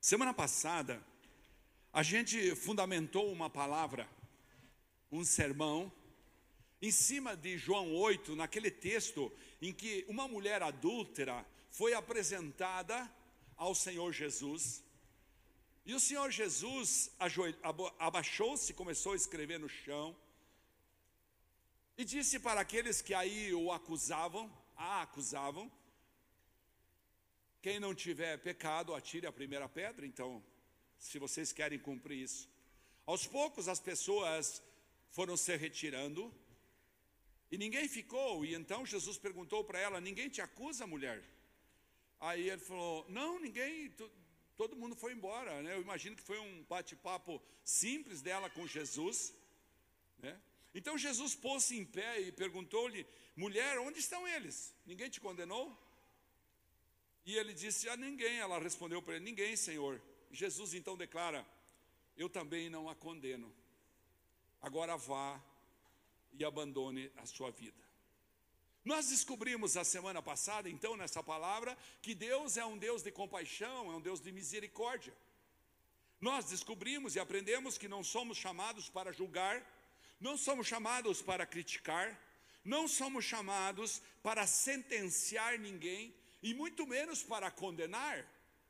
Semana passada, a gente fundamentou uma palavra, um sermão, em cima de João 8, naquele texto em que uma mulher adúltera foi apresentada ao Senhor Jesus. E o Senhor Jesus abaixou-se, começou a escrever no chão, e disse para aqueles que aí a acusavam, quem não tiver pecado, atire a primeira pedra. Então, se vocês querem cumprir isso. Aos poucos as pessoas foram se retirando, e ninguém ficou. E então Jesus perguntou para ela: ninguém te acusa, mulher? Aí ele falou: não, ninguém, todo mundo foi embora, né? Eu imagino que foi um bate-papo simples dela com Jesus, né? Então Jesus pôs-se em pé e perguntou-lhe: mulher, onde estão eles? Ninguém te condenou? E ele disse: ninguém. Ela respondeu para ele: ninguém, Senhor. Jesus então declara: eu também não a condeno. Agora vá e abandone a sua vida. Nós descobrimos a semana passada, então, nessa palavra, que Deus é um Deus de compaixão, é um Deus de misericórdia. Nós descobrimos e aprendemos que não somos chamados para julgar, não somos chamados para criticar, não somos chamados para sentenciar ninguém, e muito menos para condenar.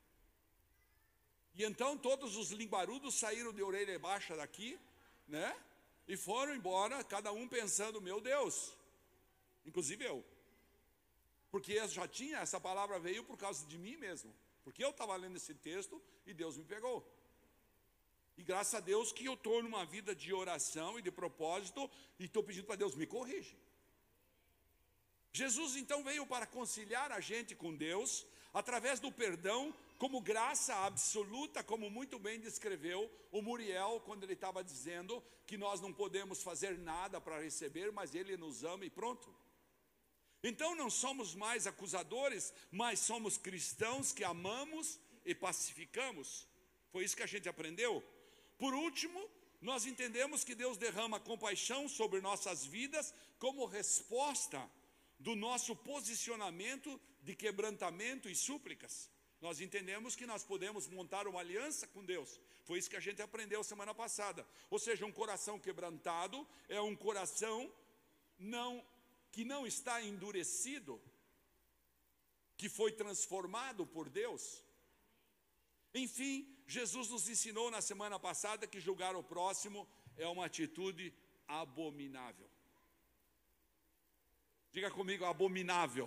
E então todos os linguarudos saíram de orelha baixa daqui, né? E foram embora, cada um pensando: meu Deus, inclusive eu, porque eu já tinha, essa palavra veio por causa de mim mesmo, porque eu estava lendo esse texto e Deus me pegou. E graças a Deus que eu estou numa vida de oração e de propósito, e estou pedindo para Deus: me corrige. Jesus então veio para conciliar a gente com Deus, através do perdão, como graça absoluta, como muito bem descreveu o Muriel, quando ele estava dizendo que nós não podemos fazer nada para receber, mas Ele nos ama e pronto. Então não somos mais acusadores, mas somos cristãos que amamos e pacificamos. Foi isso que a gente aprendeu. Por último, nós entendemos que Deus derrama compaixão sobre nossas vidas como resposta do nosso posicionamento de quebrantamento e súplicas. Nós entendemos que nós podemos montar uma aliança com Deus. Foi isso que a gente aprendeu semana passada. Ou seja, um coração quebrantado é um coração que não está endurecido, que foi transformado por Deus. Enfim, Jesus nos ensinou na semana passada que julgar o próximo é uma atitude abominável. Diga comigo: abominável.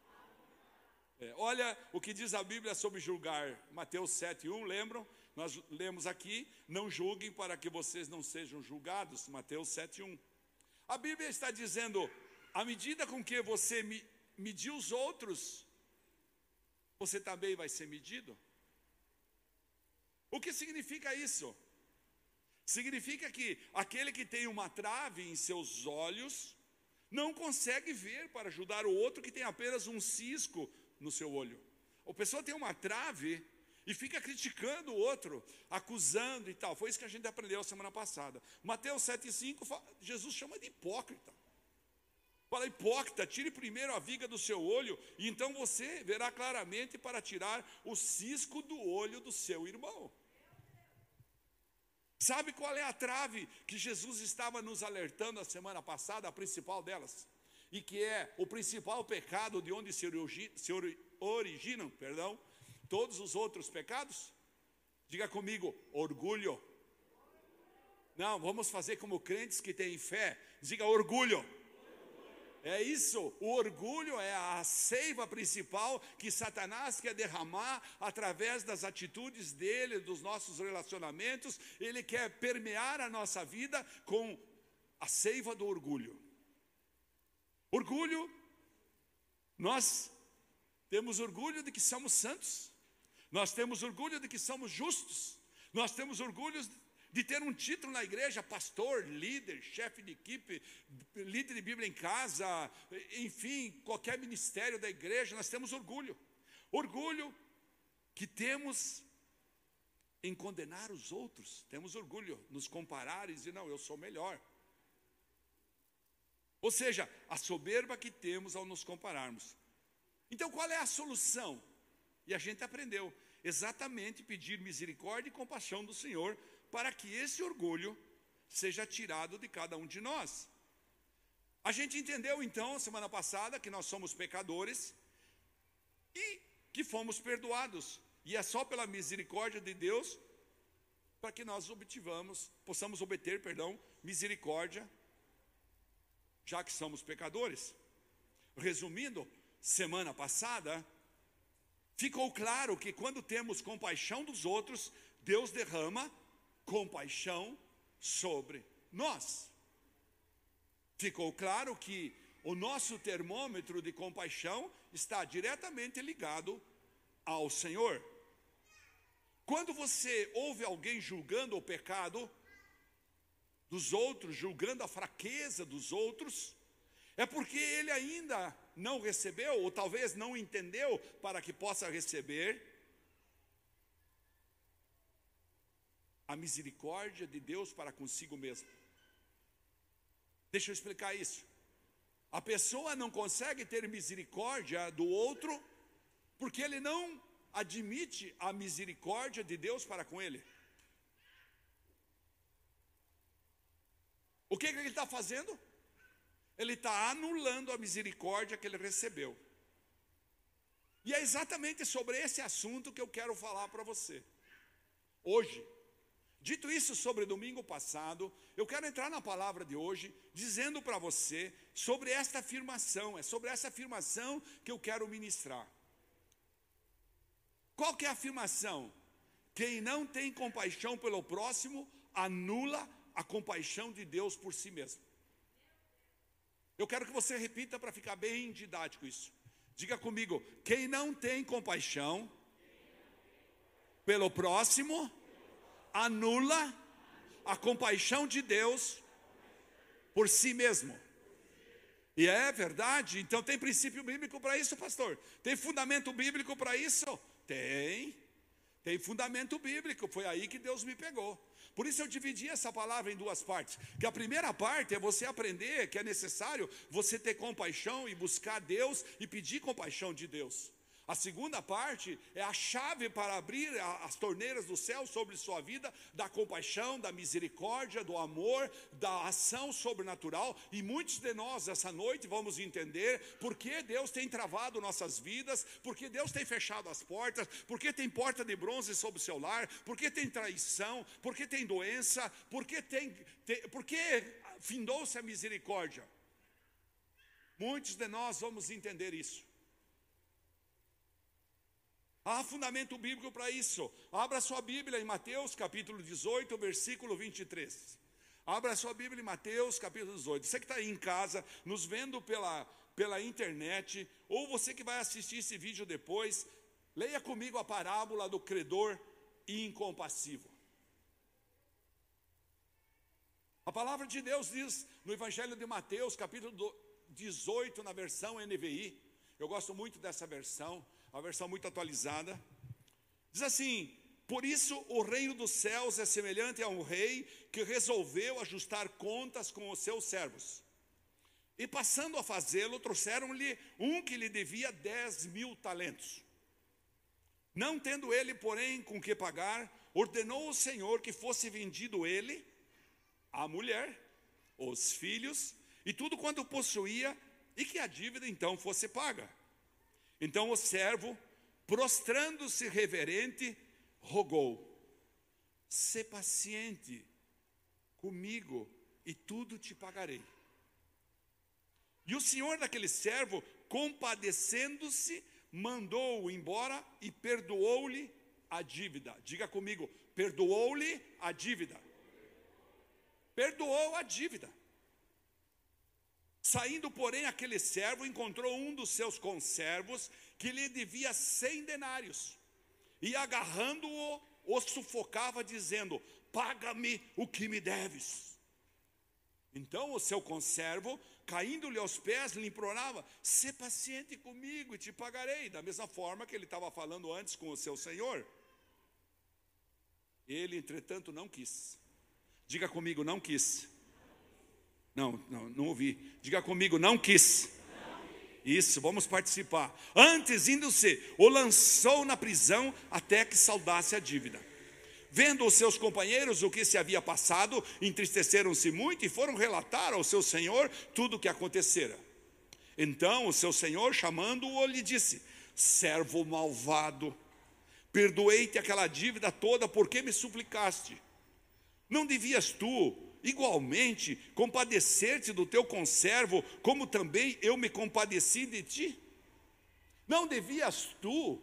Olha o que diz a Bíblia sobre julgar. Mateus 7:1, lembram? Nós lemos aqui: não julguem para que vocês não sejam julgados. Mateus 7:1. A Bíblia está dizendo: à medida com que você medir os outros, você também vai ser medido. O que significa isso? Significa que aquele que tem uma trave em seus olhos não consegue ver para ajudar o outro que tem apenas um cisco no seu olho. A pessoa tem uma trave e fica criticando o outro, acusando e tal. Foi isso que a gente aprendeu semana passada. Mateus 7:5, Jesus chama de hipócrita. Fala: hipócrita, tire primeiro a viga do seu olho, e então você verá claramente para tirar o cisco do olho do seu irmão. Sabe qual é a trave que Jesus estava nos alertando a semana passada, a principal delas? E que é o principal pecado de onde se originam, todos os outros pecados? Diga comigo: orgulho. Não, vamos fazer como crentes que têm fé. Diga: orgulho. É isso, o orgulho é a seiva principal que Satanás quer derramar através das atitudes dele, dos nossos relacionamentos. Ele quer permear a nossa vida com a seiva do orgulho. Orgulho, nós temos orgulho de que somos santos, nós temos orgulho de que somos justos, nós temos orgulho de ter um título na igreja: pastor, líder, chefe de equipe, líder de Bíblia em casa, enfim, qualquer ministério da igreja. Nós temos orgulho. Orgulho que temos em condenar os outros. Temos orgulho nos comparar e dizer: não, eu sou melhor. Ou seja, a soberba que temos ao nos compararmos. Então qual é a solução? E a gente aprendeu exatamente pedir misericórdia e compaixão do Senhor, para que esse orgulho seja tirado de cada um de nós. A gente entendeu então, semana passada, que nós somos pecadores e que fomos perdoados. E é só pela misericórdia de Deus para que nós possamos obter misericórdia, já que somos pecadores. Resumindo, semana passada, ficou claro que quando temos compaixão dos outros, Deus derrama compaixão sobre nós. Ficou claro que o nosso termômetro de compaixão está diretamente ligado ao Senhor. Quando você ouve alguém julgando o pecado dos outros, julgando a fraqueza dos outros, é porque ele ainda não recebeu, ou talvez não entendeu para que possa receber a misericórdia de Deus para consigo mesmo. Deixa eu explicar isso. A pessoa não consegue ter misericórdia do outro porque ele não admite a misericórdia de Deus para com ele. O que ele está fazendo? Ele está anulando a misericórdia que ele recebeu. E é exatamente sobre esse assunto que eu quero falar para você hoje. Dito isso sobre domingo passado, eu quero entrar na palavra de hoje, dizendo para você sobre esta afirmação. É sobre essa afirmação que eu quero ministrar. Qual que é a afirmação? Quem não tem compaixão pelo próximo, anula a compaixão de Deus por si mesmo. Eu quero que você repita para ficar bem didático isso. Diga comigo: quem não tem compaixão pelo próximo, anula a compaixão de Deus por si mesmo. E é verdade? Então tem princípio bíblico para isso, pastor? Tem fundamento bíblico para isso? Tem fundamento bíblico, foi aí que Deus me pegou. Por isso eu dividi essa palavra em duas partes. Que a primeira parte é você aprender que é necessário você ter compaixão e buscar Deus e pedir compaixão de Deus. A segunda parte é a chave para abrir as torneiras do céu sobre sua vida, da compaixão, da misericórdia, do amor, da ação sobrenatural. E muitos de nós essa noite vamos entender por que Deus tem travado nossas vidas, por que Deus tem fechado as portas, por que tem porta de bronze sobre o seu lar, por que tem traição, por que tem doença, por que findou-se a misericórdia. Muitos de nós vamos entender isso. Há fundamento bíblico para isso. Abra sua Bíblia em Mateus capítulo 18, versículo 23. Abra sua Bíblia em Mateus capítulo 18. Você que está aí em casa, nos vendo pela internet, ou você que vai assistir esse vídeo depois, leia comigo a parábola do credor incompassivo. A palavra de Deus diz no Evangelho de Mateus, capítulo 18, na versão NVI. Eu gosto muito dessa versão. Uma versão muito atualizada. Diz assim: por isso o reino dos céus é semelhante a um rei que resolveu ajustar contas com os seus servos. E passando a fazê-lo, trouxeram-lhe um que lhe devia 10.000 talentos. Não tendo ele, porém, com que pagar, ordenou o Senhor que fosse vendido ele, a mulher, os filhos e tudo quanto possuía, e que a dívida então fosse paga. Então o servo, prostrando-se reverente, rogou: sê paciente comigo e tudo te pagarei. E o senhor daquele servo, compadecendo-se, mandou-o embora e perdoou-lhe a dívida. Diga comigo: perdoou-lhe a dívida. Perdoou a dívida. Saindo, porém, aquele servo encontrou um dos seus conservos que lhe devia 100 denários. E agarrando-o, o sufocava, dizendo: paga-me o que me deves. Então o seu conservo, caindo-lhe aos pés, lhe implorava: sê paciente comigo e te pagarei. Da mesma forma que ele estava falando antes com o seu senhor. Ele, entretanto, não quis. Diga comigo: não quis. Não ouvi. Diga comigo: não quis. Isso, vamos participar. Antes, indo-se, o lançou na prisão até que saldasse a dívida. Vendo os seus companheiros o que se havia passado, entristeceram-se muito e foram relatar ao seu senhor tudo o que acontecera. Então o seu senhor, chamando-o, lhe disse: servo malvado, perdoei-te aquela dívida toda, porque me suplicaste. Não devias tu igualmente compadecer-te do teu conservo, como também eu me compadeci de ti? Não devias tu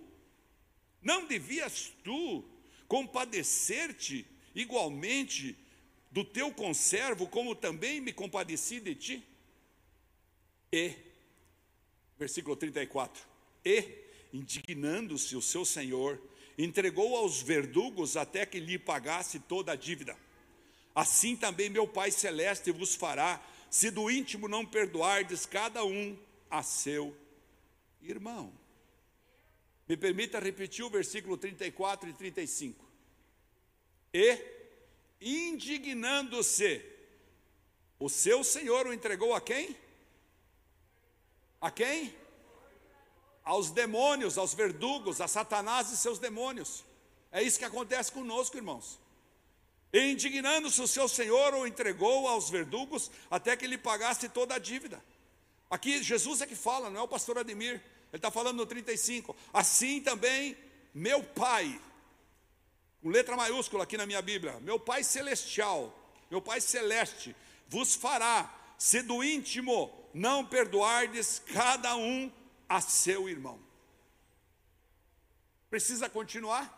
compadecer-te igualmente do teu conservo, como também me compadeci de ti? E, versículo 34, e, indignando-se o seu senhor, entregou aos verdugos até que lhe pagasse toda a dívida. Assim também meu Pai Celeste vos fará, se do íntimo não perdoardes cada um a seu irmão. Me permita repetir o versículo 34 e 35. E, indignando-se, o seu senhor o entregou a quem? A quem? Aos demônios, aos verdugos, a Satanás e seus demônios. É isso que acontece conosco, irmãos. E indignando-se o seu senhor, o entregou aos verdugos, até que lhe pagasse toda a dívida. Aqui Jesus é que fala, não é o pastor Ademir. Ele está falando no 35. Assim também meu Pai, com letra maiúscula aqui na minha Bíblia, meu Pai Celestial, meu Pai Celeste, vos fará, se do íntimo não perdoardes cada um a seu irmão. Precisa continuar?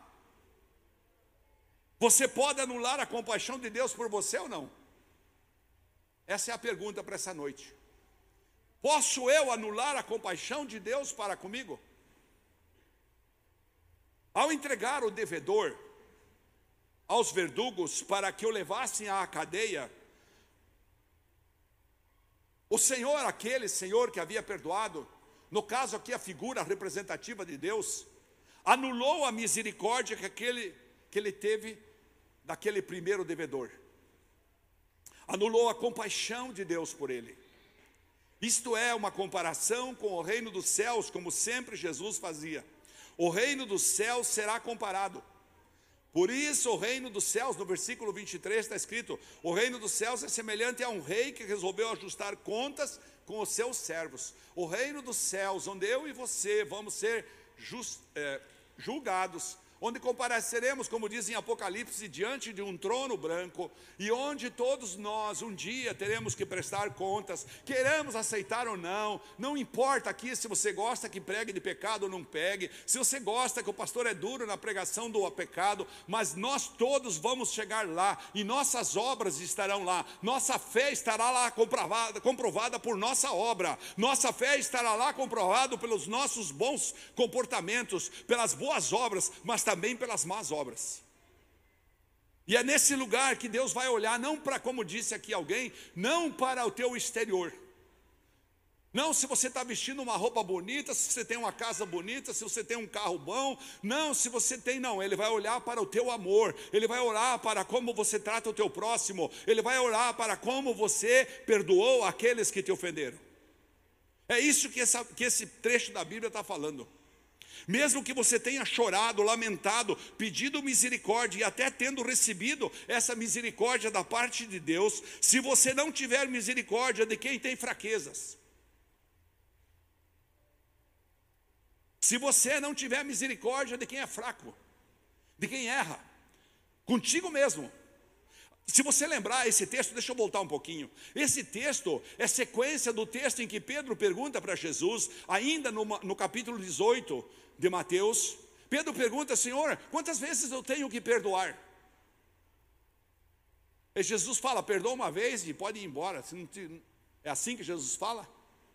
Você pode anular a compaixão de Deus por você ou não? Essa é a pergunta para essa noite. Posso eu anular a compaixão de Deus para comigo? Ao entregar o devedor aos verdugos para que o levassem à cadeia, o Senhor, aquele Senhor que havia perdoado, no caso aqui a figura representativa de Deus, anulou a misericórdia que ele teve daquele primeiro devedor. Anulou a compaixão de Deus por ele. Isto é uma comparação com o reino dos céus, como sempre Jesus fazia. O reino dos céus será comparado. Por isso o reino dos céus, no versículo 23 está escrito: o reino dos céus é semelhante a um rei que resolveu ajustar contas com os seus servos. O reino dos céus, onde eu e você vamos ser julgados, onde compareceremos, como diz em Apocalipse, diante de um trono branco, e onde todos nós um dia teremos que prestar contas, queremos aceitar ou não, não importa aqui se você gosta que pregue de pecado ou não pegue, se você gosta que o pastor é duro na pregação do pecado, mas nós todos vamos chegar lá, e nossas obras estarão lá, nossa fé estará lá comprovada por nossa obra, nossa fé estará lá comprovada pelos nossos bons comportamentos, pelas boas obras, mas também pelas más obras. E é nesse lugar que Deus vai olhar, não para, como disse aqui alguém, não para o teu exterior, não se você está vestindo uma roupa bonita, se você tem uma casa bonita, se você tem um carro bom, não, se você tem, não, ele vai olhar para o teu amor, ele vai olhar para como você trata o teu próximo, ele vai olhar para como você perdoou aqueles que te ofenderam. É isso que esse trecho da Bíblia está falando. Mesmo que você tenha chorado, lamentado, pedido misericórdia e até tendo recebido essa misericórdia da parte de Deus, se você não tiver misericórdia de quem tem fraquezas, se você não tiver misericórdia de quem é fraco, de quem erra, contigo mesmo. Se você lembrar esse texto, deixa eu voltar um pouquinho. Esse texto é sequência do texto em que Pedro pergunta para Jesus, ainda no capítulo 18 de Mateus. Pedro pergunta: Senhor, quantas vezes eu tenho que perdoar? E Jesus fala: perdoa uma vez e pode ir embora. É assim que Jesus fala?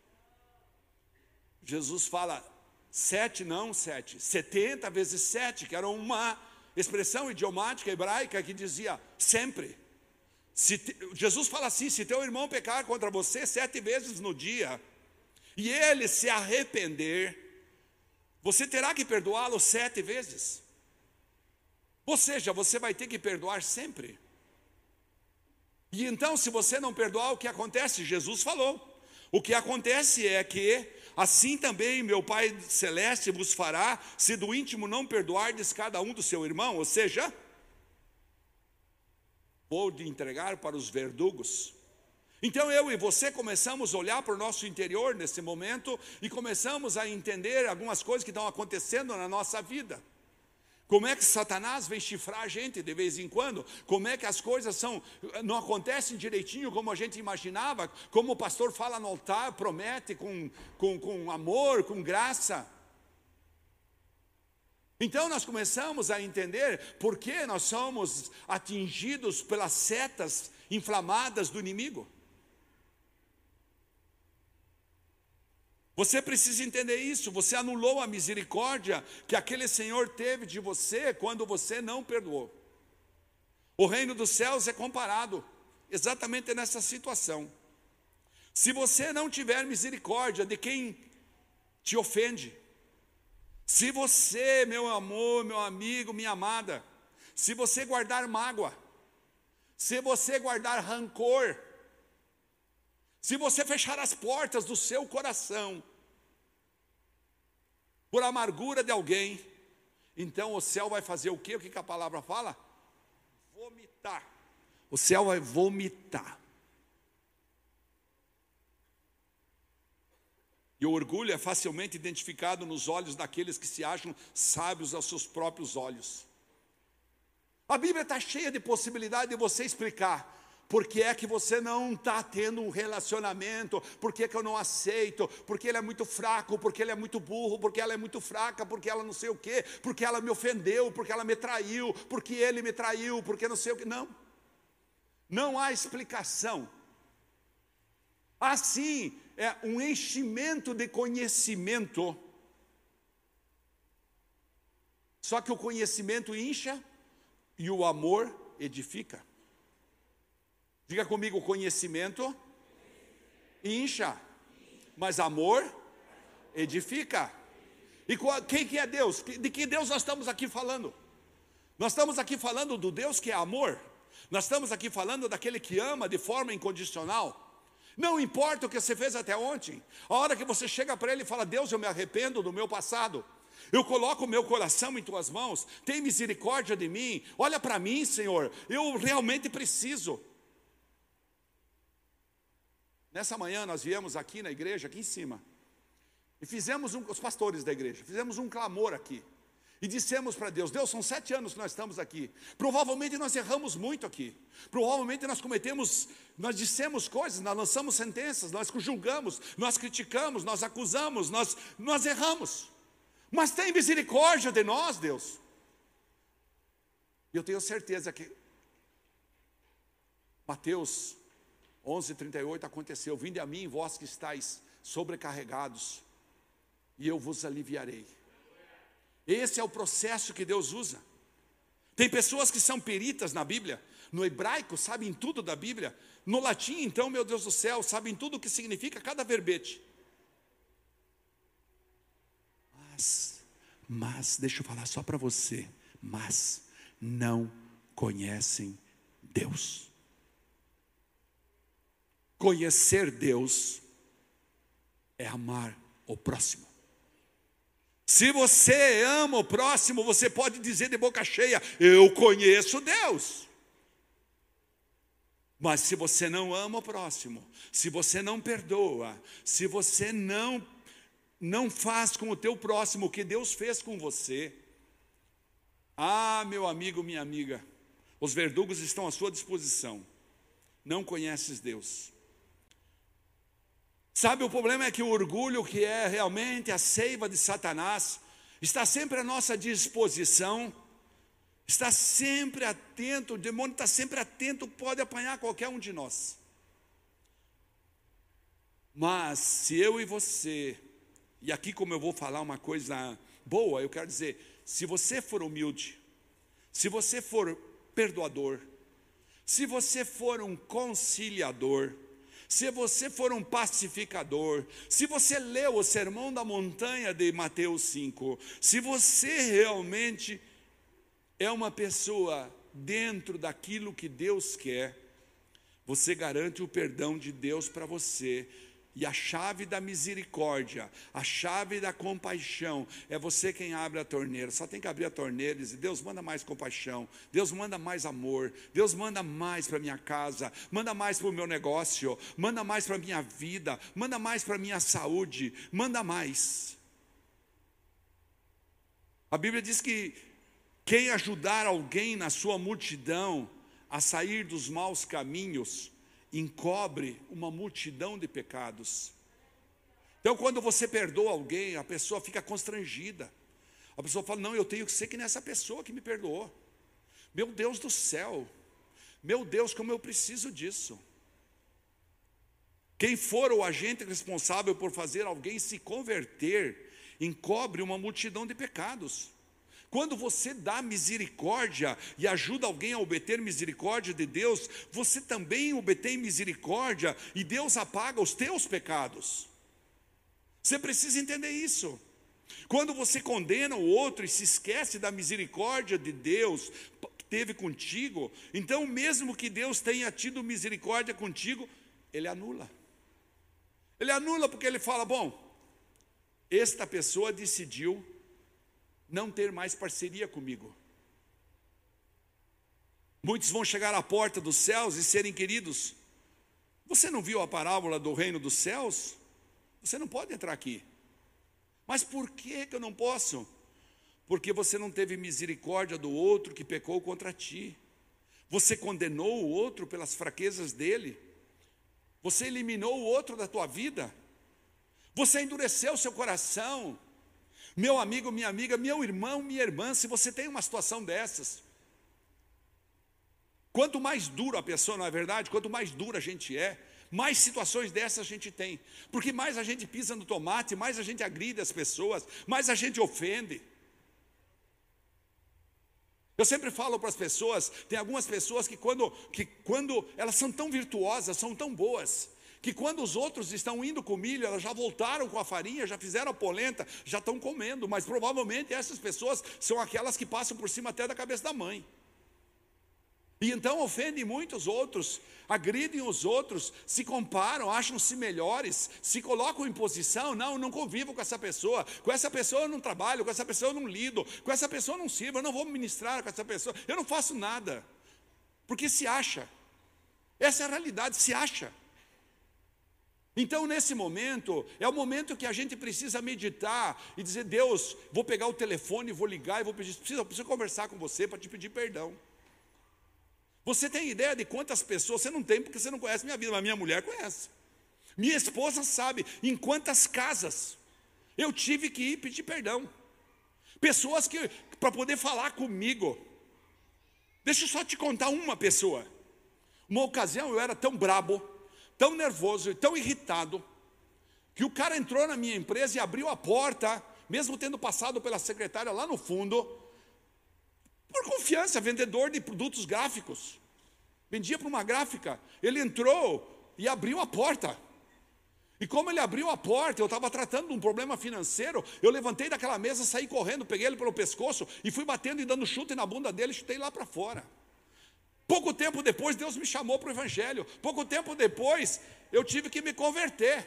Jesus fala 7, não 7, 70 vezes 7, que era uma expressão idiomática hebraica que dizia sempre. Jesus fala assim: se teu irmão pecar contra você 7 vezes no dia, e ele se arrepender, você terá que perdoá-lo 7 vezes. Ou seja, você vai ter que perdoar sempre. E então, se você não perdoar, o que acontece? Jesus falou. O que acontece é que assim também meu Pai Celeste vos fará, se do íntimo não perdoardes cada um do seu irmão. Ou seja, vou te entregar para os verdugos. Então eu e você começamos a olhar para o nosso interior nesse momento e começamos a entender algumas coisas que estão acontecendo na nossa vida. Como é que Satanás vem chifrar a gente de vez em quando? Como é que as coisas não acontecem direitinho como a gente imaginava? Como o pastor fala no altar, promete com amor, com graça. Então nós começamos a entender por que nós somos atingidos pelas setas inflamadas do inimigo. Você precisa entender isso. Você anulou a misericórdia que aquele Senhor teve de você quando você não perdoou. O reino dos céus é comparado exatamente nessa situação. Se você não tiver misericórdia de quem te ofende, se você, meu amor, meu amigo, minha amada, se você guardar mágoa, se você guardar rancor, se você fechar as portas do seu coração por amargura de alguém, então o céu vai fazer o quê? O que a palavra fala? Vomitar. O céu vai vomitar. E o orgulho é facilmente identificado nos olhos daqueles que se acham sábios aos seus próprios olhos. A Bíblia está cheia de possibilidade de você explicar por que é que você não está tendo um relacionamento, por que é que eu não aceito, porque ele é muito fraco, porque ele é muito burro, porque ela é muito fraca, porque ela não sei o quê, porque ela me ofendeu, porque ela me traiu, porque ele me traiu, porque não sei o quê. Não há explicação. Assim, é um enchimento de conhecimento. Só que o conhecimento incha e o amor edifica. Diga comigo, o conhecimento incha, mas amor edifica. E quem que é Deus? De que Deus nós estamos aqui falando? Nós estamos aqui falando do Deus que é amor. Nós estamos aqui falando daquele que ama de forma incondicional. Não importa o que você fez até ontem. A hora que você chega para Ele e fala: Deus, eu me arrependo do meu passado. Eu coloco o meu coração em Tuas mãos. Tem misericórdia de mim. Olha para mim, Senhor. Eu realmente preciso. Nessa manhã nós viemos aqui na igreja, aqui em cima. E fizemos os pastores da igreja, fizemos um clamor aqui. E dissemos para Deus: Deus, são 7 anos que nós estamos aqui. Provavelmente nós erramos muito aqui. Provavelmente nós dissemos coisas, nós lançamos sentenças, nós julgamos, nós criticamos, nós acusamos, nós erramos. Mas tem misericórdia de nós, Deus. E eu tenho certeza que Mateus 11:38 aconteceu: vinde a mim, vós que estáis sobrecarregados, e eu vos aliviarei. Esse é o processo que Deus usa. Tem pessoas que são peritas na Bíblia, no hebraico sabem tudo da Bíblia, no latim então, meu Deus do céu, sabem tudo o que significa cada verbete. Mas, deixa eu falar só para você, mas não conhecem Deus. Conhecer Deus é amar o próximo. Se você ama o próximo, você pode dizer de boca cheia: eu conheço Deus. Mas se você não ama o próximo, se você não perdoa, se você não faz com o teu próximo o que Deus fez com você, meu amigo, minha amiga, os verdugos estão à sua disposição. Não conheces Deus. Sabe, o problema é que o orgulho, que é realmente a seiva de Satanás, está sempre à nossa disposição, está sempre atento, o demônio está sempre atento, pode apanhar qualquer um de nós. Mas se eu e você, e aqui como eu vou falar uma coisa boa, eu quero dizer, se você for humilde, se você for perdoador, se você for um conciliador, se você for um pacificador, se você leu o Sermão da Montanha de Mateus 5, se você realmente é uma pessoa dentro daquilo que Deus quer, você garante o perdão de Deus para você, E a chave da misericórdia, a chave da compaixão, é você quem abre a torneira. Só tem que abrir a torneira e dizer: Deus, manda mais compaixão, Deus, manda mais amor, Deus, manda mais para minha casa, manda mais para o meu negócio, manda mais para a minha vida, manda mais para a minha saúde, manda mais. A Bíblia diz que quem ajudar alguém na sua multidão a sair dos maus caminhos, encobre uma multidão de pecados. Então, quando você perdoa alguém, a pessoa fica constrangida. A pessoa fala: não, eu tenho que ser que nessa pessoa que me perdoou. Meu Deus do céu, meu Deus, como eu preciso disso. Quem for o agente responsável por fazer alguém se converter, encobre uma multidão de pecados. Quando você dá misericórdia e ajuda alguém a obter misericórdia de Deus, você também obtém misericórdia e Deus apaga os teus pecados. Você precisa entender isso. Quando você condena o outro e se esquece da misericórdia de Deus que teve contigo, então mesmo que Deus tenha tido misericórdia contigo, Ele anula. Ele anula porque Ele fala: bom, esta pessoa decidiu não ter mais parceria comigo. Muitos vão chegar à porta dos céus e serem queridos. Você não viu a parábola do reino dos céus? Você não pode entrar aqui. Mas por que eu não posso? Porque você não teve misericórdia do outro que pecou contra ti. Você condenou o outro pelas fraquezas dele. Você eliminou o outro da tua vida. Você endureceu o seu coração. Meu amigo, minha amiga, meu irmão, minha irmã, se você tem uma situação dessas, quanto mais duro a pessoa, não é verdade? Quanto mais dura a gente é, mais situações dessas a gente tem. Porque mais a gente pisa no tomate, mais a gente agride as pessoas, mais a gente ofende. Eu sempre falo para as pessoas, tem algumas pessoas que quando elas são tão virtuosas, são tão boas, que quando os outros estão indo com milho, elas já voltaram com a farinha, já fizeram a polenta, já estão comendo, mas provavelmente essas pessoas são aquelas que passam por cima até da cabeça da mãe. E então ofendem muitos outros, agridem os outros, se comparam, acham-se melhores, se colocam em posição: não convivo com essa pessoa eu não trabalho, com essa pessoa eu não lido, com essa pessoa eu não sirvo, eu não vou ministrar com essa pessoa, eu não faço nada, porque se acha. Essa é a realidade, se acha. Então, nesse momento, é o momento que a gente precisa meditar e dizer: Deus, vou pegar o telefone, vou ligar e vou pedir, preciso conversar com você para te pedir perdão. Você tem ideia de quantas pessoas? Você não tem, porque você não conhece minha vida, mas minha mulher conhece. Minha esposa sabe em quantas casas eu tive que ir pedir perdão. Pessoas que, para poder falar comigo. Deixa eu só te contar uma pessoa. Uma ocasião eu era tão brabo, tão nervoso e tão irritado, que o cara entrou na minha empresa e abriu a porta, mesmo tendo passado pela secretária lá no fundo, por confiança, vendedor de produtos gráficos, vendia para uma gráfica. Ele entrou e abriu a porta, e como ele abriu a porta, eu estava tratando de um problema financeiro, eu levantei daquela mesa, saí correndo, peguei ele pelo pescoço, e fui batendo e dando chute na bunda dele, chutei lá para fora. Pouco tempo depois, Deus me chamou para o Evangelho. Pouco tempo depois, eu tive que me converter.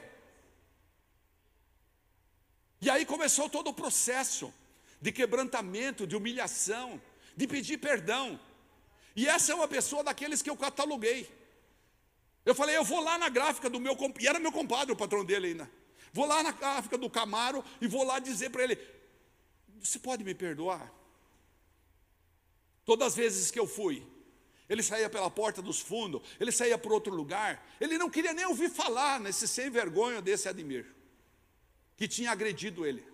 E aí começou todo o processo de quebrantamento, de humilhação, de pedir perdão. E essa é uma pessoa daqueles que eu cataloguei. Eu falei: eu vou lá na gráfica do meu compadre, e era meu compadre, o patrão dele ainda. Vou lá na gráfica do Camaro e vou lá dizer para ele: você pode me perdoar? Todas as vezes que eu fui, ele saía pela porta dos fundos, ele saía por outro lugar, ele não queria nem ouvir falar nesse sem vergonha desse Ademir, que tinha agredido ele.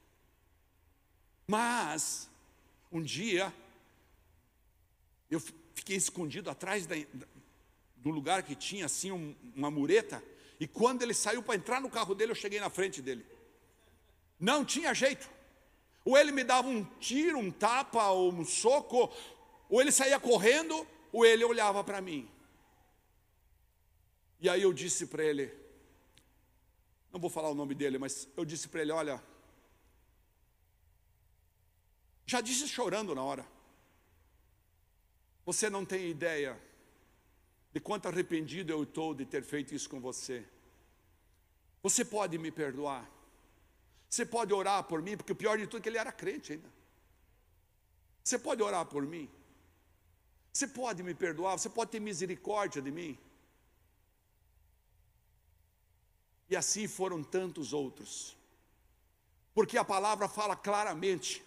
Mas, um dia, eu fiquei escondido atrás do lugar que tinha assim uma mureta, e quando ele saiu para entrar no carro dele, eu cheguei na frente dele. Não tinha jeito. Ou ele me dava um tiro, um tapa, ou um soco, ou ele saía correndo, ou ele olhava para mim. E aí eu disse para ele, não vou falar o nome dele, mas eu disse para ele: olha, já disse chorando na hora, você não tem ideia de quanto arrependido eu estou de ter feito isso com você. Você pode me perdoar? Você pode orar por mim? Porque o pior de tudo é que ele era crente ainda. Você pode orar por mim? Você pode me perdoar? Você pode ter misericórdia de mim? E assim foram tantos outros. Porque a palavra fala claramente.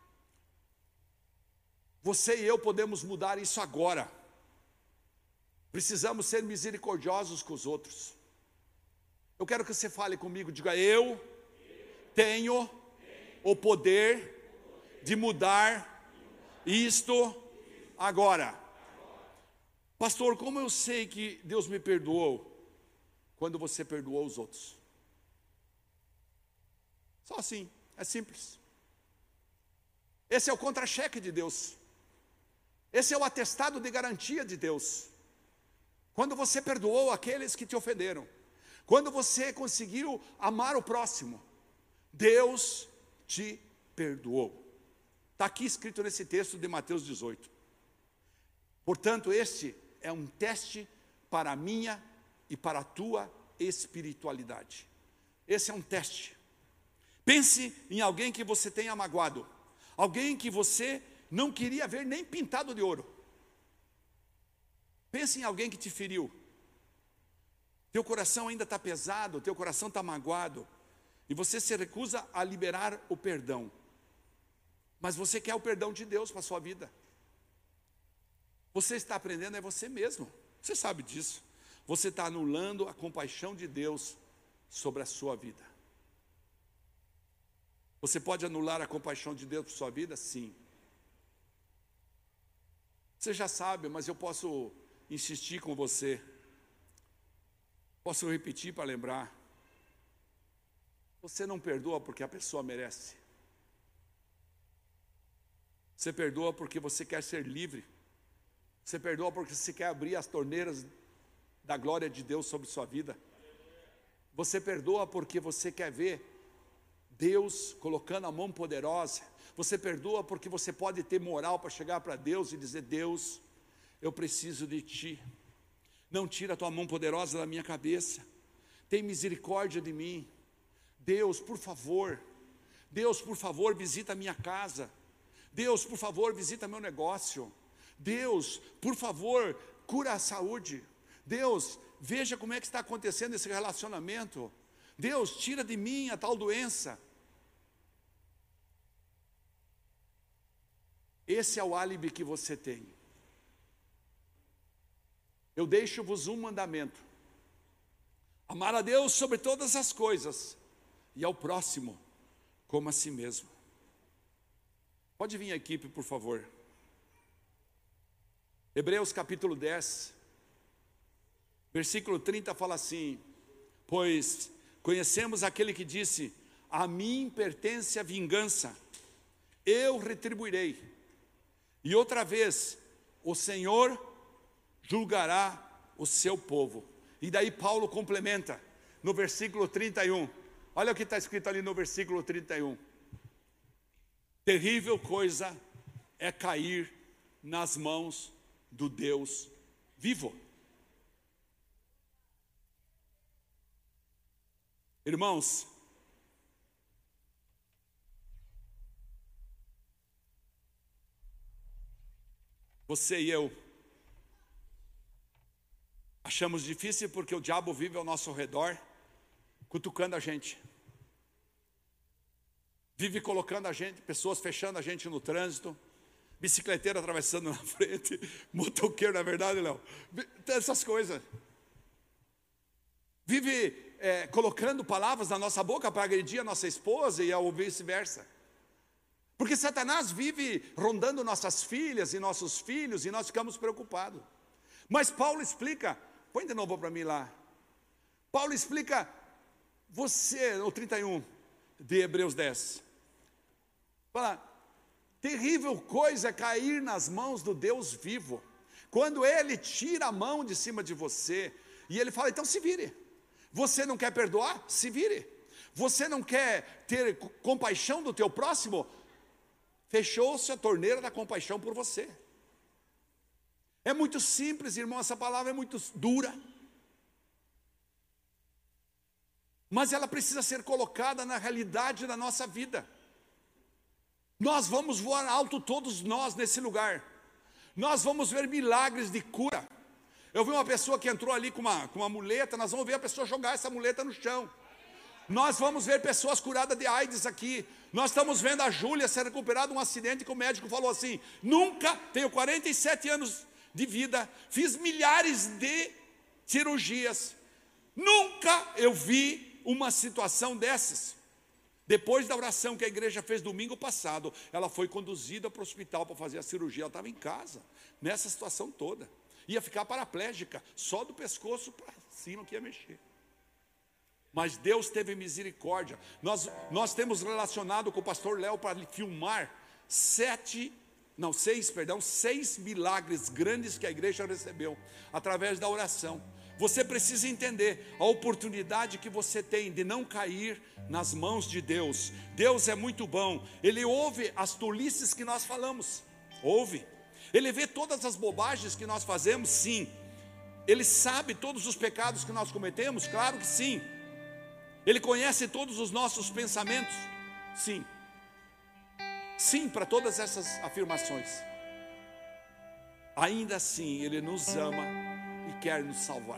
Você e eu podemos mudar isso agora. Precisamos ser misericordiosos com os outros. Eu quero que você fale comigo, diga: eu tenho o poder de mudar isto agora. Pastor, como eu sei que Deus me perdoou? Quando você perdoou os outros. Só assim, é simples. Esse é o contra-cheque de Deus. Esse é o atestado de garantia de Deus. Quando você perdoou aqueles que te ofenderam, quando você conseguiu amar o próximo, Deus te perdoou. Está aqui escrito nesse texto de Mateus 18. Portanto, este é um teste para a minha e para a tua espiritualidade. Esse é um teste. Pense em alguém que você tenha magoado, alguém que você não queria ver nem pintado de ouro. Pense em alguém que te feriu. Teu coração ainda está pesado, teu coração está magoado, e você se recusa a liberar o perdão. Mas você quer o perdão de Deus para a sua vida. Você está aprendendo, é você mesmo. Você sabe disso. Você está anulando a compaixão de Deus sobre a sua vida. Você pode anular a compaixão de Deus para a sua vida? Sim. Você já sabe, mas eu posso insistir com você. Posso repetir para lembrar. Você não perdoa porque a pessoa merece. Você perdoa porque você quer ser livre. Você perdoa porque você quer abrir as torneiras da glória de Deus sobre sua vida. Você perdoa porque você quer ver Deus colocando a mão poderosa. Você perdoa porque você pode ter moral para chegar para Deus e dizer: Deus, eu preciso de Ti. Não tira a Tua mão poderosa da minha cabeça. Tem misericórdia de mim. Deus, por favor. Deus, por favor, visita a minha casa. Deus, por favor, visita meu negócio. Deus, por favor, cura a saúde. Deus, veja como é que está acontecendo esse relacionamento. Deus, tira de mim a tal doença. Esse é o álibi que você tem. Eu deixo-vos um mandamento: amar a Deus sobre todas as coisas e ao próximo como a si mesmo. Pode vir a equipe, por favor. Hebreus capítulo 10, versículo 30 fala assim: pois conhecemos aquele que disse: a mim pertence a vingança, eu retribuirei. E outra vez, o Senhor julgará o seu povo. E daí Paulo complementa no versículo 31. Olha o que está escrito ali no versículo 31. Terrível coisa é cair nas mãos do Deus vivo. Irmãos, você e eu achamos difícil porque o diabo vive ao nosso redor, cutucando a gente. Vive colocando a gente, pessoas fechando a gente no trânsito, bicicleteiro atravessando na frente, motoqueiro, não é verdade, Léo? Essas coisas. Vive colocando palavras na nossa boca para agredir a nossa esposa e ao vice-versa. Porque Satanás vive rondando nossas filhas e nossos filhos e nós ficamos preocupados. Mas Paulo explica, põe de novo para mim lá. Paulo explica, você, o 31 de Hebreus 10. Fala, terrível coisa é cair nas mãos do Deus vivo. Quando Ele tira a mão de cima de você, e Ele fala, então se vire. Você não quer perdoar? Se vire. Você não quer ter compaixão do teu próximo? Fechou-se a torneira da compaixão por você. É muito simples, irmão, essa palavra é muito dura. mas ela precisa ser colocada na realidade da nossa vida. Nós vamos voar alto, todos nós, nesse lugar. Nós vamos ver milagres de cura. Eu vi uma pessoa que entrou ali com uma muleta, nós vamos ver a pessoa jogar essa muleta no chão. Nós vamos ver pessoas curadas de AIDS aqui. Nós estamos vendo a Júlia ser recuperada de um acidente que o médico falou assim: nunca, tenho 47 anos de vida, fiz milhares de cirurgias, nunca eu vi uma situação dessas. Depois da oração que a igreja fez domingo passado, ela foi conduzida para o hospital para fazer a cirurgia. Ela estava em casa, nessa situação toda. Ia ficar paraplégica, só do pescoço para cima que ia mexer. Mas Deus teve misericórdia. Nós temos relacionado com o pastor Léo para filmar 6 milagres grandes que a igreja recebeu através da oração. Você precisa entender a oportunidade que você tem de não cair nas mãos de Deus. Deus é muito bom. Ele ouve as tolices que nós falamos. Ouve. Ele vê todas as bobagens que nós fazemos, sim. Ele sabe todos os pecados que nós cometemos, claro que sim. Ele conhece todos os nossos pensamentos, sim. Sim, para todas essas afirmações. Ainda assim, Ele nos ama e quer nos salvar.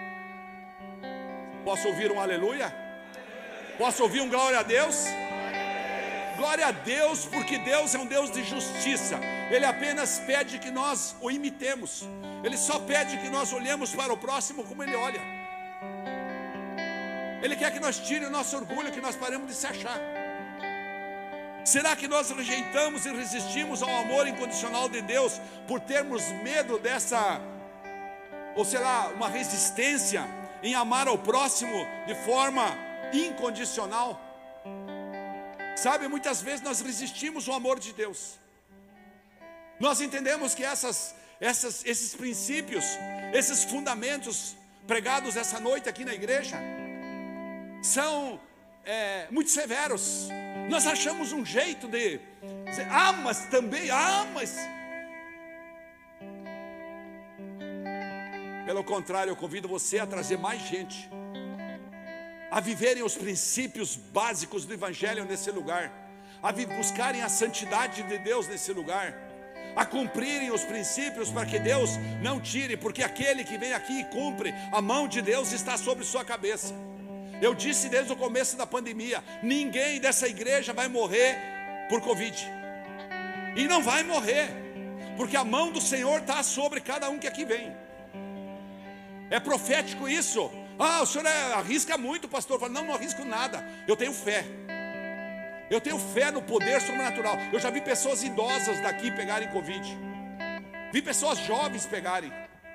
Posso ouvir um aleluia? Posso ouvir um glória a Deus? Glória a Deus, porque Deus é um Deus de justiça. Ele apenas pede que nós o imitemos. Ele só pede que nós olhemos para o próximo como Ele olha. Ele quer que nós tiremos o nosso orgulho, que nós paremos de se achar. Será que nós rejeitamos e resistimos ao amor incondicional de Deus por termos medo dessa, ou sei lá, uma resistência em amar ao próximo de forma incondicional? Sabe, muitas vezes nós resistimos ao amor de Deus. Nós entendemos que esses princípios, esses fundamentos pregados essa noite aqui na igreja são muito severos. Nós achamos um jeito de dizer, mas também, mas... Pelo contrário, eu convido você a trazer mais gente, a viverem os princípios básicos do Evangelho nesse lugar, a buscarem a santidade de Deus nesse lugar, a cumprirem os princípios para que Deus não tire, porque aquele que vem aqui e cumpre, a mão de Deus está sobre sua cabeça. Eu disse desde o começo da pandemia, ninguém dessa igreja vai morrer por Covid. E não vai morrer, porque a mão do Senhor está sobre cada um que aqui vem. É profético isso. O senhor arrisca muito, pastor. Fala, não arrisco nada. Eu tenho fé. Eu tenho fé no poder sobrenatural. Eu já vi pessoas idosas daqui pegarem Covid. Vi pessoas jovens pegarem.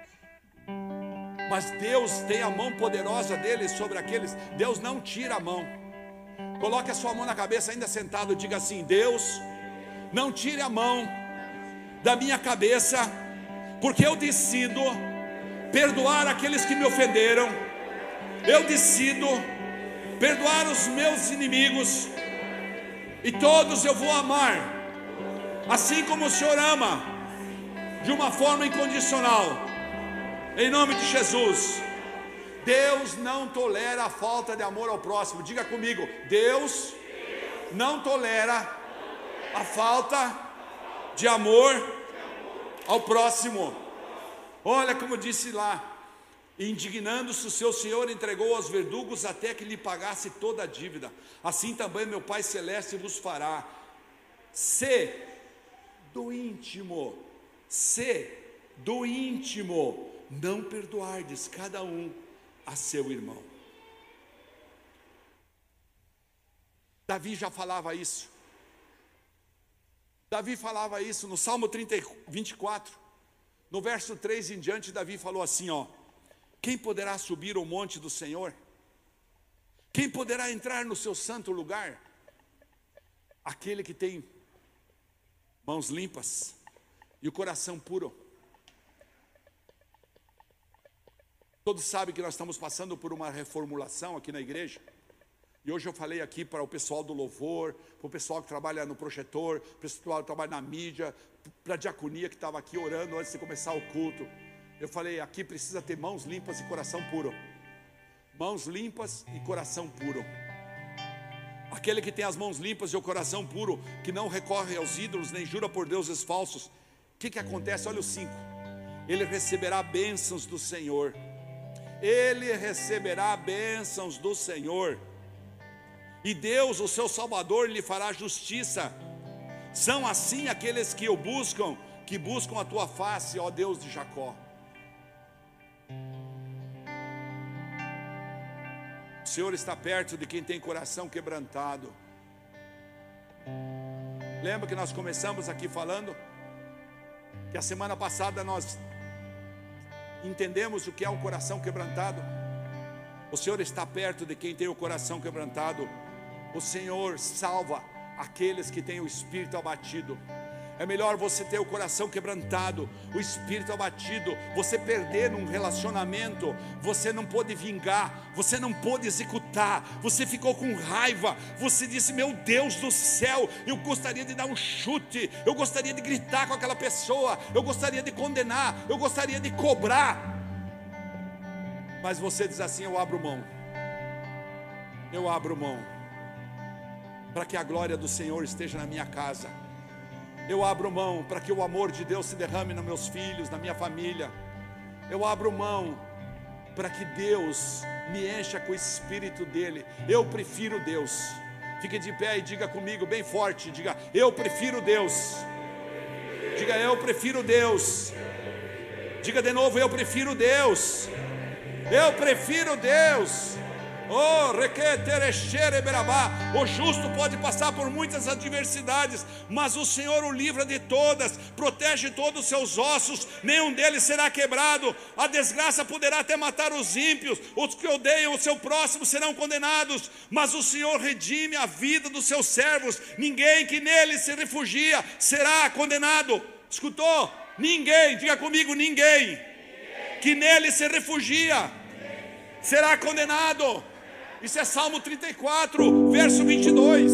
Mas Deus tem a mão poderosa dele sobre aqueles. Deus não tira a mão. Coloque a sua mão na cabeça ainda sentado e diga assim: Deus, não tire a mão da minha cabeça, porque eu decido perdoar aqueles que me ofenderam. Eu decido perdoar os meus inimigos, e todos eu vou amar, assim como o Senhor ama, de uma forma incondicional. Em nome de Jesus. Deus não tolera a falta de amor ao próximo. Diga comigo: Deus não tolera a falta de amor ao próximo. Olha como disse lá: indignando-se o seu Senhor, entregou aos verdugos até que lhe pagasse toda a dívida. Assim também meu Pai Celeste vos fará, se do íntimo não perdoardes cada um a seu irmão. Davi já falava isso. Davi falava isso no Salmo 24, no verso 3 em diante. Davi falou assim, quem poderá subir ao monte do Senhor? Quem poderá entrar no seu santo lugar? Aquele que tem mãos limpas e o coração puro. Todos sabem que nós estamos passando por uma reformulação aqui na igreja. E hoje eu falei aqui para o pessoal do louvor, para o pessoal que trabalha no projetor, para o pessoal que trabalha na mídia, para a diaconia que estava aqui orando antes de começar o culto. Eu falei, aqui precisa ter mãos limpas e coração puro. Mãos limpas e coração puro. Aquele que tem as mãos limpas e o coração puro, que não recorre aos ídolos, nem jura por deuses falsos. O que acontece? Olha o 5. Ele receberá bênçãos do Senhor. Ele receberá bênçãos do Senhor. E Deus, o seu Salvador, lhe fará justiça. São assim aqueles que o buscam, que buscam a tua face, ó Deus de Jacó. O Senhor está perto de quem tem coração quebrantado. Lembra que nós começamos aqui falando que a semana passada nós entendemos o que é um coração quebrantado? O Senhor está perto de quem tem o coração quebrantado. O Senhor salva aqueles que têm o espírito abatido. É melhor você ter o coração quebrantado, o espírito abatido, você perder num relacionamento, você não pôde vingar, você não pôde executar, você ficou com raiva, você disse: meu Deus do céu, eu gostaria de dar um chute, eu gostaria de gritar com aquela pessoa, eu gostaria de condenar, eu gostaria de cobrar. Mas você diz assim: eu abro mão, para que a glória do Senhor esteja na minha casa. Eu abro mão para que o amor de Deus se derrame nos meus filhos, na minha família. Eu abro mão para que Deus me encha com o Espírito dEle. Eu prefiro Deus. Fique de pé e diga comigo bem forte. Diga: eu prefiro Deus. Diga: eu prefiro Deus. Diga de novo: eu prefiro Deus. Eu prefiro Deus. Oh, o justo pode passar por muitas adversidades, mas o Senhor o livra de todas, protege todos os seus ossos, nenhum deles será quebrado. A desgraça poderá até matar os ímpios, os que odeiam o seu próximo serão condenados, mas o Senhor redime a vida dos seus servos. Ninguém que nele se refugia será condenado. Escutou? Ninguém, diga comigo: ninguém que nele se refugia será condenado. Isso é Salmo 34, verso 22.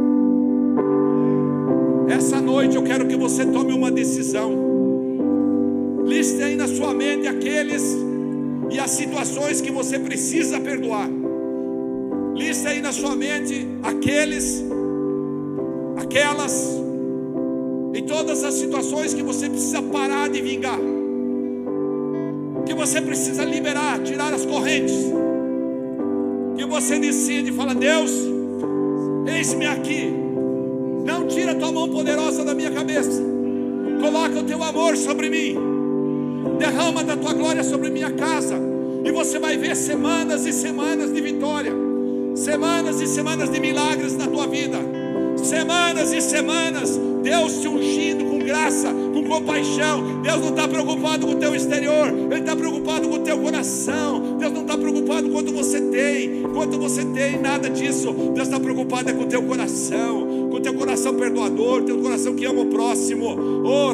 Essa noite eu quero que você tome uma decisão. Liste aí na sua mente aqueles e as situações que você precisa perdoar. Liste aí na sua mente aqueles, aquelas e todas as situações que você precisa parar de vingar, que você precisa liberar, tirar as correntes. Que você decide e fala: Deus, eis-me aqui. Não tira a tua mão poderosa da minha cabeça. Coloca o teu amor sobre mim. Derrama da tua glória sobre minha casa. E você vai ver semanas e semanas de vitória, semanas e semanas de milagres na tua vida, semanas e semanas Deus te ungindo com graça, com compaixão. Deus não está preocupado com o teu exterior, Ele está preocupado com o teu coração. Deus não está preocupado com quanto você tem, nada disso. Deus está preocupado com o teu coração, com o teu coração perdoador, teu coração que ama o próximo. Oh,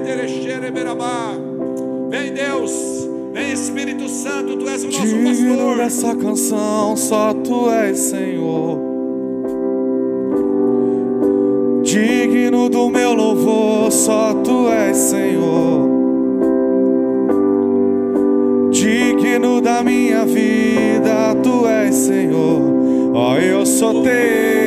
vem Deus, vem Espírito Santo, Tu és o nosso pastor. Digno dessa canção, só Tu és Senhor. Digno do meu louvor, só Tu és Senhor. Digno da minha vida, Tu és Senhor. Ó, eu sou Teu,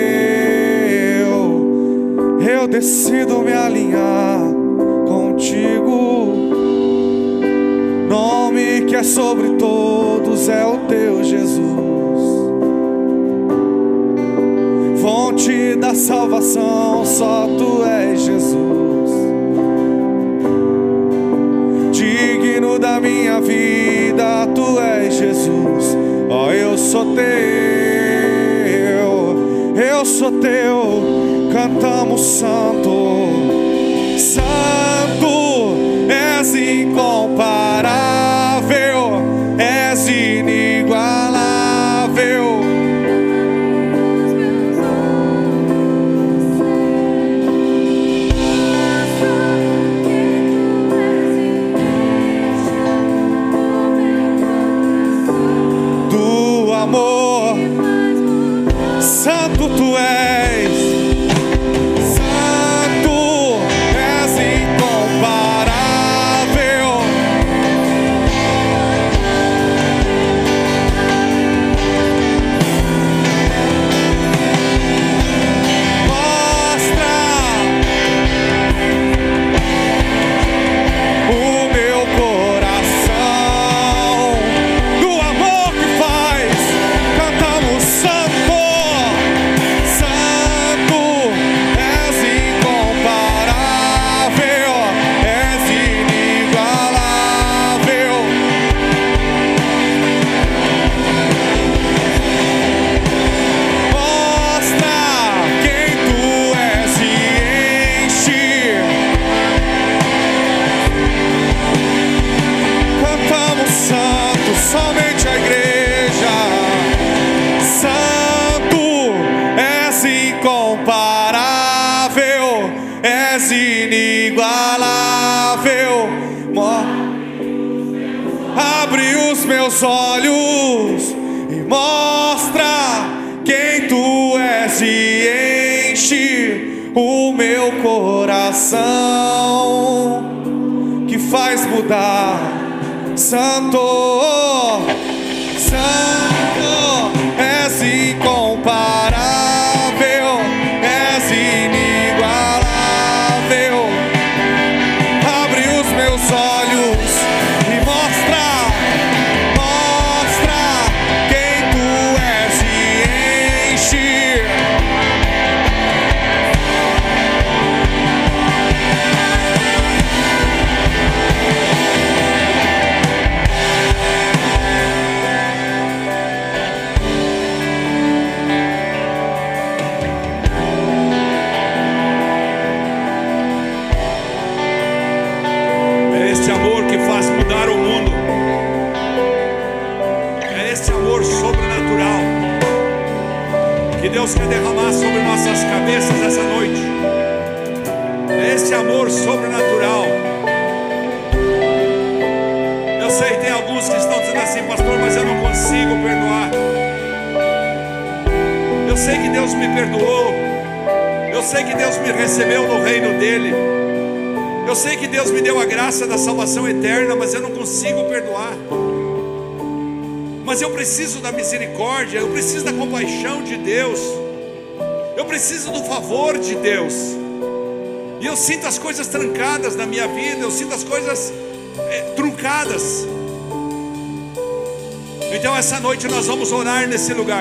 eu decido me alinhar contigo. Nome que é sobre todos é o Teu Jesus. Fonte da salvação, só Tu és Jesus. Digno da minha vida, Tu és Jesus. Ó, eu sou Teu, cantamos santo, santo, és incomparável, és inigualável. Do amor, santo Tu és, santo, és incomparável. Abre os meus olhos e mostra quem tu és e enche o meu coração, que faz mudar. Santo, Santo, és incomparável, és inigualável. Abre os meus olhos e mostra quem tu és e enche. É esse amor que faz mudar o mundo. É esse amor sobrenatural que Deus quer derramar sobre nossas cabeças essa noite. É esse amor sobrenatural. Eu sei, tem alguns que estão dizendo assim: pastor, mas eu não consigo perdoar. Eu sei que Deus me perdoou. Eu sei que Deus me recebeu no reino dele. Eu sei que Deus me deu a graça da salvação eterna, mas eu não consigo perdoar. Mas eu preciso da misericórdia, eu preciso da compaixão de Deus, eu preciso do favor de Deus. E eu sinto as coisas trancadas na minha vida, eu sinto as coisas truncadas. Então essa noite nós vamos orar nesse lugar,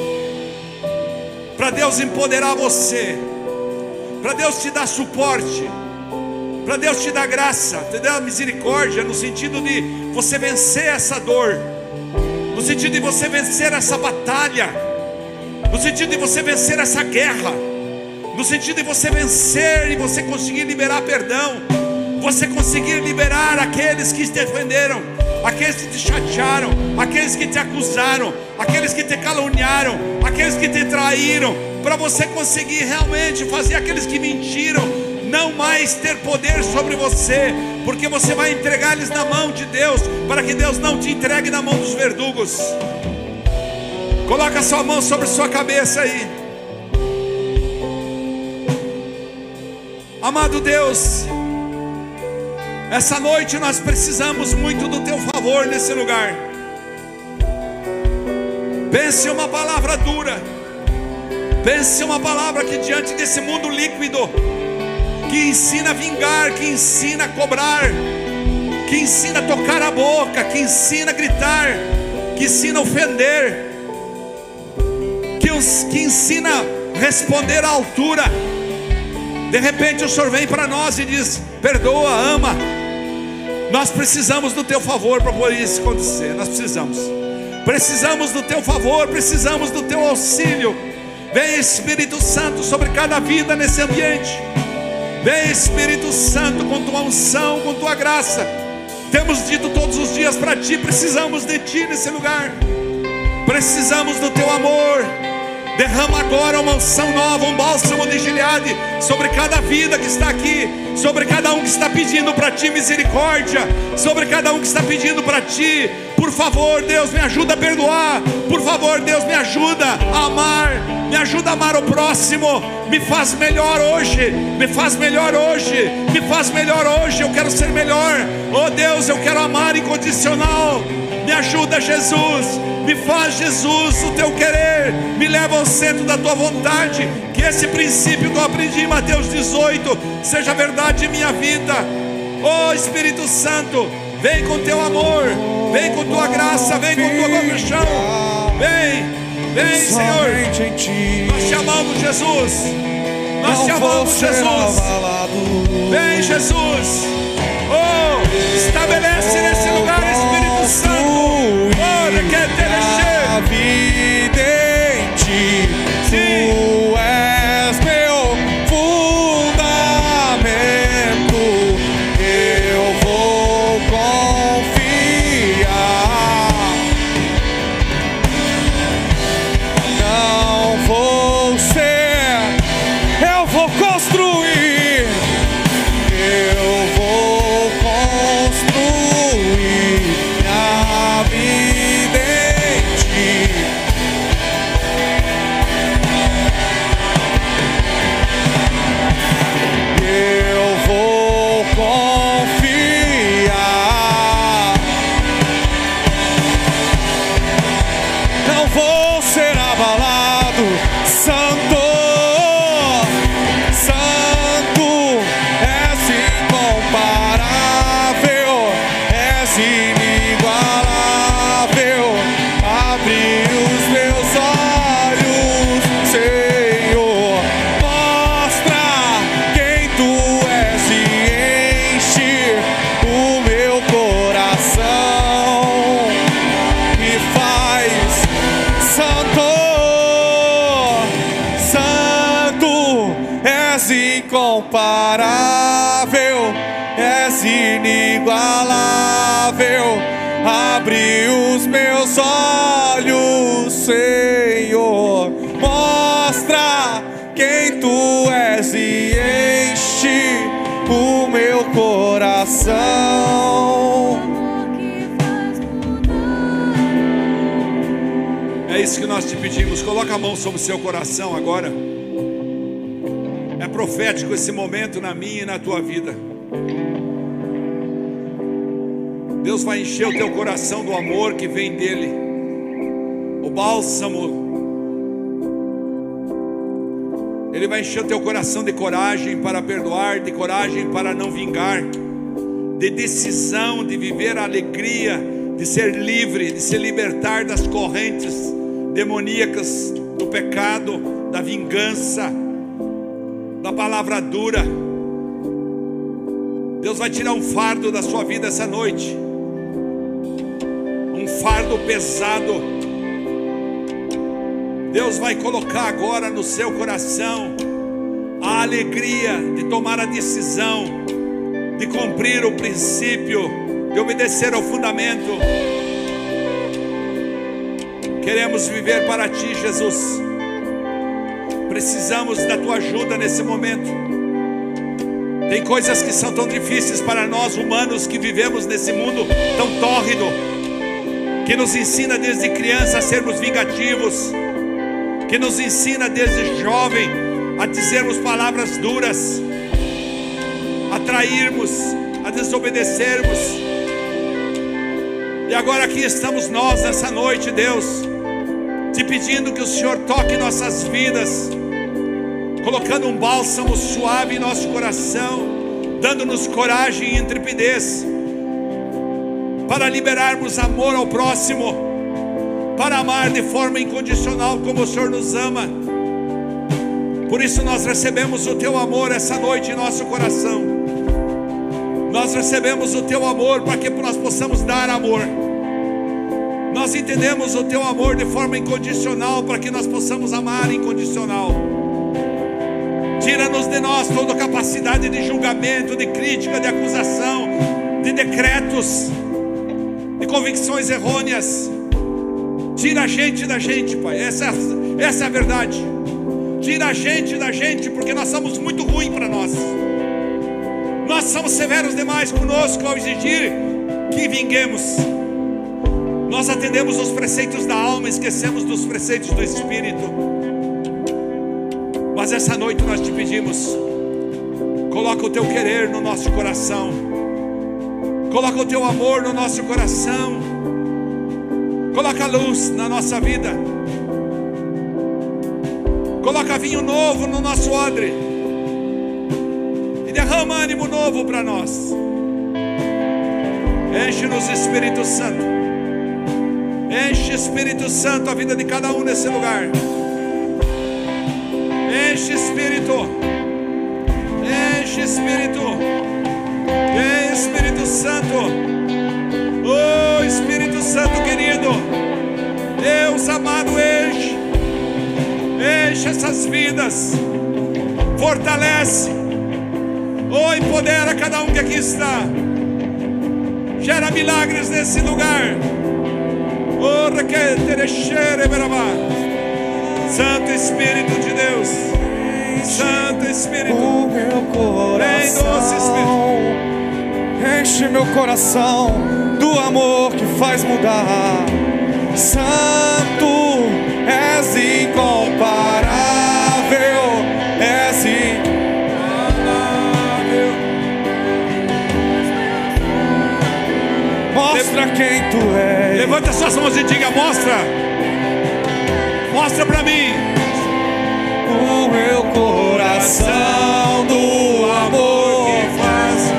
para Deus empoderar você, para Deus te dar suporte, para Deus te dar graça, te dar misericórdia, no sentido de você vencer essa dor, no sentido de você vencer essa batalha, no sentido de você vencer essa guerra, no sentido de você vencer e você conseguir liberar perdão, você conseguir liberar aqueles que te defenderam, aqueles que te chatearam, aqueles que te acusaram, aqueles que te caluniaram, aqueles que te traíram, para você conseguir realmente fazer aqueles que mentiram não mais ter poder sobre você, porque você vai entregar eles na mão de Deus, para que Deus não te entregue na mão dos verdugos. Coloca a sua mão sobre sua cabeça aí. Amado Deus, essa noite nós precisamos muito do teu favor nesse lugar. Pense uma palavra dura, pense uma palavra que diante desse mundo líquido, que ensina a vingar, que ensina a cobrar, que ensina a tocar a boca, que ensina a gritar, que ensina a ofender, que ensina a responder à altura. De repente o Senhor vem para nós e diz: perdoa, ama. Nós precisamos do teu favor para poder isso acontecer. Nós precisamos do teu favor, precisamos do teu auxílio. Vem Espírito Santo sobre cada vida nesse ambiente. Vem Espírito Santo com tua unção, com tua graça. Temos dito todos os dias para ti: precisamos de ti nesse lugar, precisamos do teu amor. Derrama agora uma unção nova, um bálsamo de Gileade sobre cada vida que está aqui, sobre cada um que está pedindo para ti misericórdia, sobre cada um que está pedindo para ti: por favor Deus, me ajuda a perdoar, por favor Deus, me ajuda a amar, me ajuda a amar o próximo, me faz melhor hoje, me faz melhor hoje, me faz melhor hoje. Eu quero ser melhor, oh Deus, eu quero amar incondicional. Me ajuda, Jesus, me faz, Jesus, o teu querer, me leva ao centro da tua vontade. Que esse princípio que eu aprendi em Mateus 18 seja verdade em minha vida. Oh Espírito Santo, vem com teu amor, vem com tua graça, vem com tua compaixão. Vem Senhor, nós te amamos, Jesus, nós te amamos, Jesus. Vem Jesus, oh, estabelece nesse lugar, Espírito Santo. Oh, evidente, tu és meu fundamento. Eu vou confiar, não vou ser, eu vou construir, eu vou incomparável, és inigualável. Abre os meus olhos, Senhor, mostra quem tu és e enche o meu coração. É isso que nós te pedimos. Coloca a mão sobre o seu coração agora. É profético esse momento na minha e na tua vida. Deus vai encher o teu coração do amor que vem dele, o bálsamo. Ele vai encher o teu coração de coragem para perdoar, de coragem para não vingar, de decisão de viver a alegria de ser livre, de se libertar das correntes demoníacas, do pecado, da vingança, da palavra dura. Deus vai tirar um fardo da sua vida essa noite, um fardo pesado. Deus vai colocar agora no seu coração a alegria de tomar a decisão, de cumprir o princípio, de obedecer ao fundamento. Queremos viver para ti, Jesus. Precisamos da tua ajuda nesse momento. Tem coisas que são tão difíceis para nós humanos que vivemos nesse mundo tão tórrido, que nos ensina desde criança a sermos vingativos, que nos ensina desde jovem a dizermos palavras duras, a trairmos, a desobedecermos. E agora aqui estamos nós nessa noite, Deus, te pedindo que o Senhor toque nossas vidas, colocando um bálsamo suave em nosso coração, dando-nos coragem e intrepidez para liberarmos amor ao próximo, para amar de forma incondicional como o Senhor nos ama. Por isso nós recebemos o teu amor essa noite em nosso coração. Nós recebemos o teu amor para que nós possamos dar amor. Nós entendemos o teu amor de forma incondicional para que nós possamos amar incondicional. Tira-nos de nós toda capacidade de julgamento, de crítica, de acusação, de decretos, de convicções errôneas. Tira a gente da gente, Pai. Essa é a verdade. Tira a gente da gente, porque nós somos muito ruins para nós. Nós somos severos demais conosco ao exigir que vinguemos. Nós atendemos os preceitos da alma, esquecemos dos preceitos do Espírito. Mas essa noite nós te pedimos, coloca o teu querer no nosso coração, coloca o teu amor no nosso coração, coloca luz na nossa vida, coloca vinho novo no nosso odre e derrama ânimo novo para nós. Enche-nos, Espírito Santo. Enche, Espírito Santo, a vida de cada um nesse lugar. Enche, Espírito. Enche, Espírito. Vem, Espírito Santo. Oh, Espírito Santo querido, Deus amado, enche. Enche essas vidas. Fortalece. Oh, empodera cada um que aqui está. Gera milagres nesse lugar. Oh, Santo Espírito de Deus, Santo Espírito, o meu vem, doce Espírito. Enche meu coração do amor que faz mudar. Santo, és incomparável, és incomparável. Mostra quem tu és. Levanta suas mãos e diga: mostra. Mostra para mim o meu coração do amor que faz.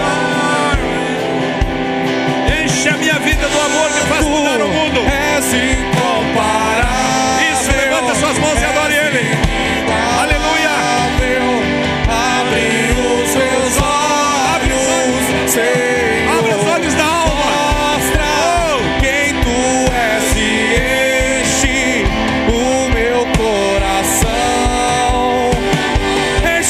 Enche a minha vida do amor que faz mudar o mundo. És incomparável. Isso, levanta suas mãos e adore Ele. Aleluia. Abre os meus olhos, Senhor. Abre os olhos da alma. Mostra quem tu és e enche o meu coração.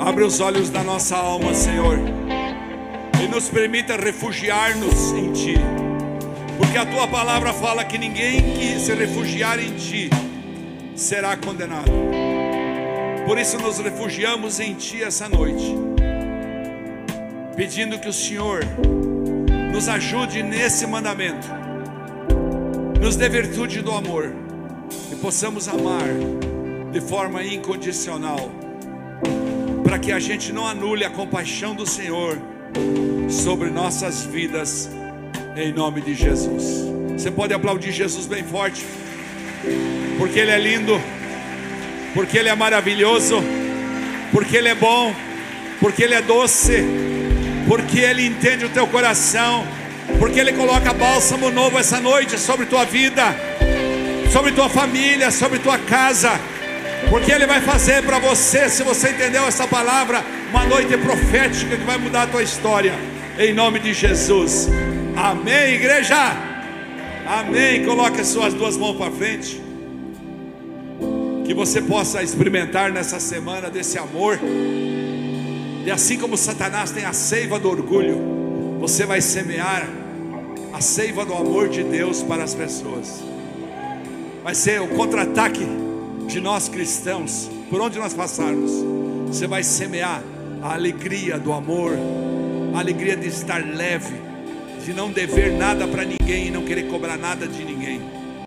Abre os olhos da nossa alma, Senhor, e nos permita refugiar-nos em Ti, porque a Tua palavra fala que ninguém que se refugiar em Ti será condenado. Por isso nos refugiamos em Ti essa noite, pedindo que o Senhor nos ajude nesse mandamento, nos dê virtude do amor, e possamos amar de forma incondicional, para que a gente não anule a compaixão do Senhor sobre nossas vidas, em nome de Jesus. Você pode aplaudir Jesus bem forte, porque Ele é lindo, porque Ele é maravilhoso, porque Ele é bom, porque Ele é doce, porque Ele entende o teu coração, porque Ele coloca bálsamo novo essa noite sobre tua vida, sobre tua família, sobre tua casa, porque Ele vai fazer para você, se você entendeu essa palavra, uma noite profética que vai mudar a tua história, em nome de Jesus. Amém, igreja? Amém. Coloque as suas duas mãos para frente, que você possa experimentar nessa semana desse amor. E assim como Satanás tem a seiva do orgulho, você vai semear a seiva do amor de Deus para as pessoas. Vai ser o contra-ataque de nós cristãos, por onde nós passarmos. Você vai semear a alegria do amor, a alegria de estar leve, de não dever nada para ninguém e não querer cobrar nada de ninguém.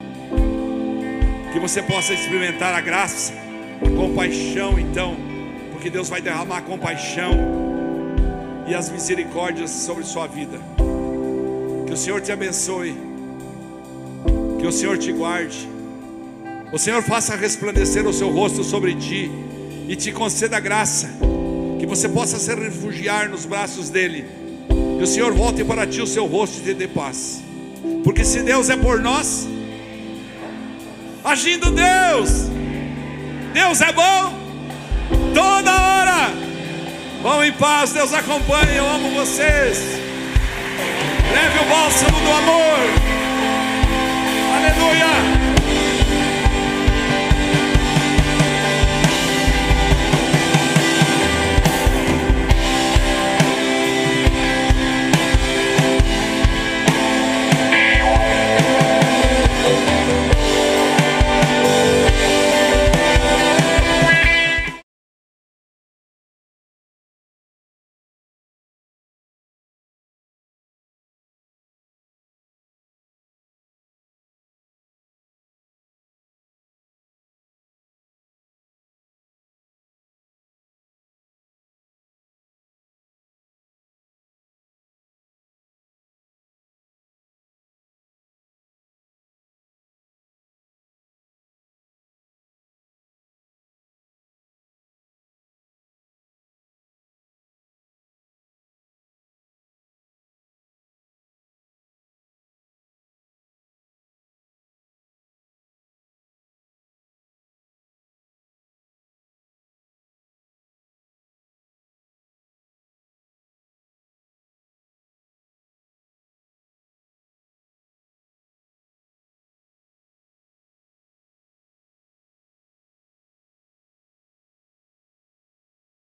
Que você possa experimentar a graça, a compaixão, então, porque Deus vai derramar compaixão e as misericórdias sobre sua vida. Que o Senhor te abençoe, que o Senhor te guarde, o Senhor faça resplandecer o seu rosto sobre ti e te conceda graça, que você possa se refugiar nos braços dele, que o Senhor volte para ti o seu rosto e te dê paz. Porque se Deus é por nós, agindo Deus é bom toda hora. Vão em paz, Deus acompanhe, eu amo vocês. Leve o bálsamo do amor. Aleluia.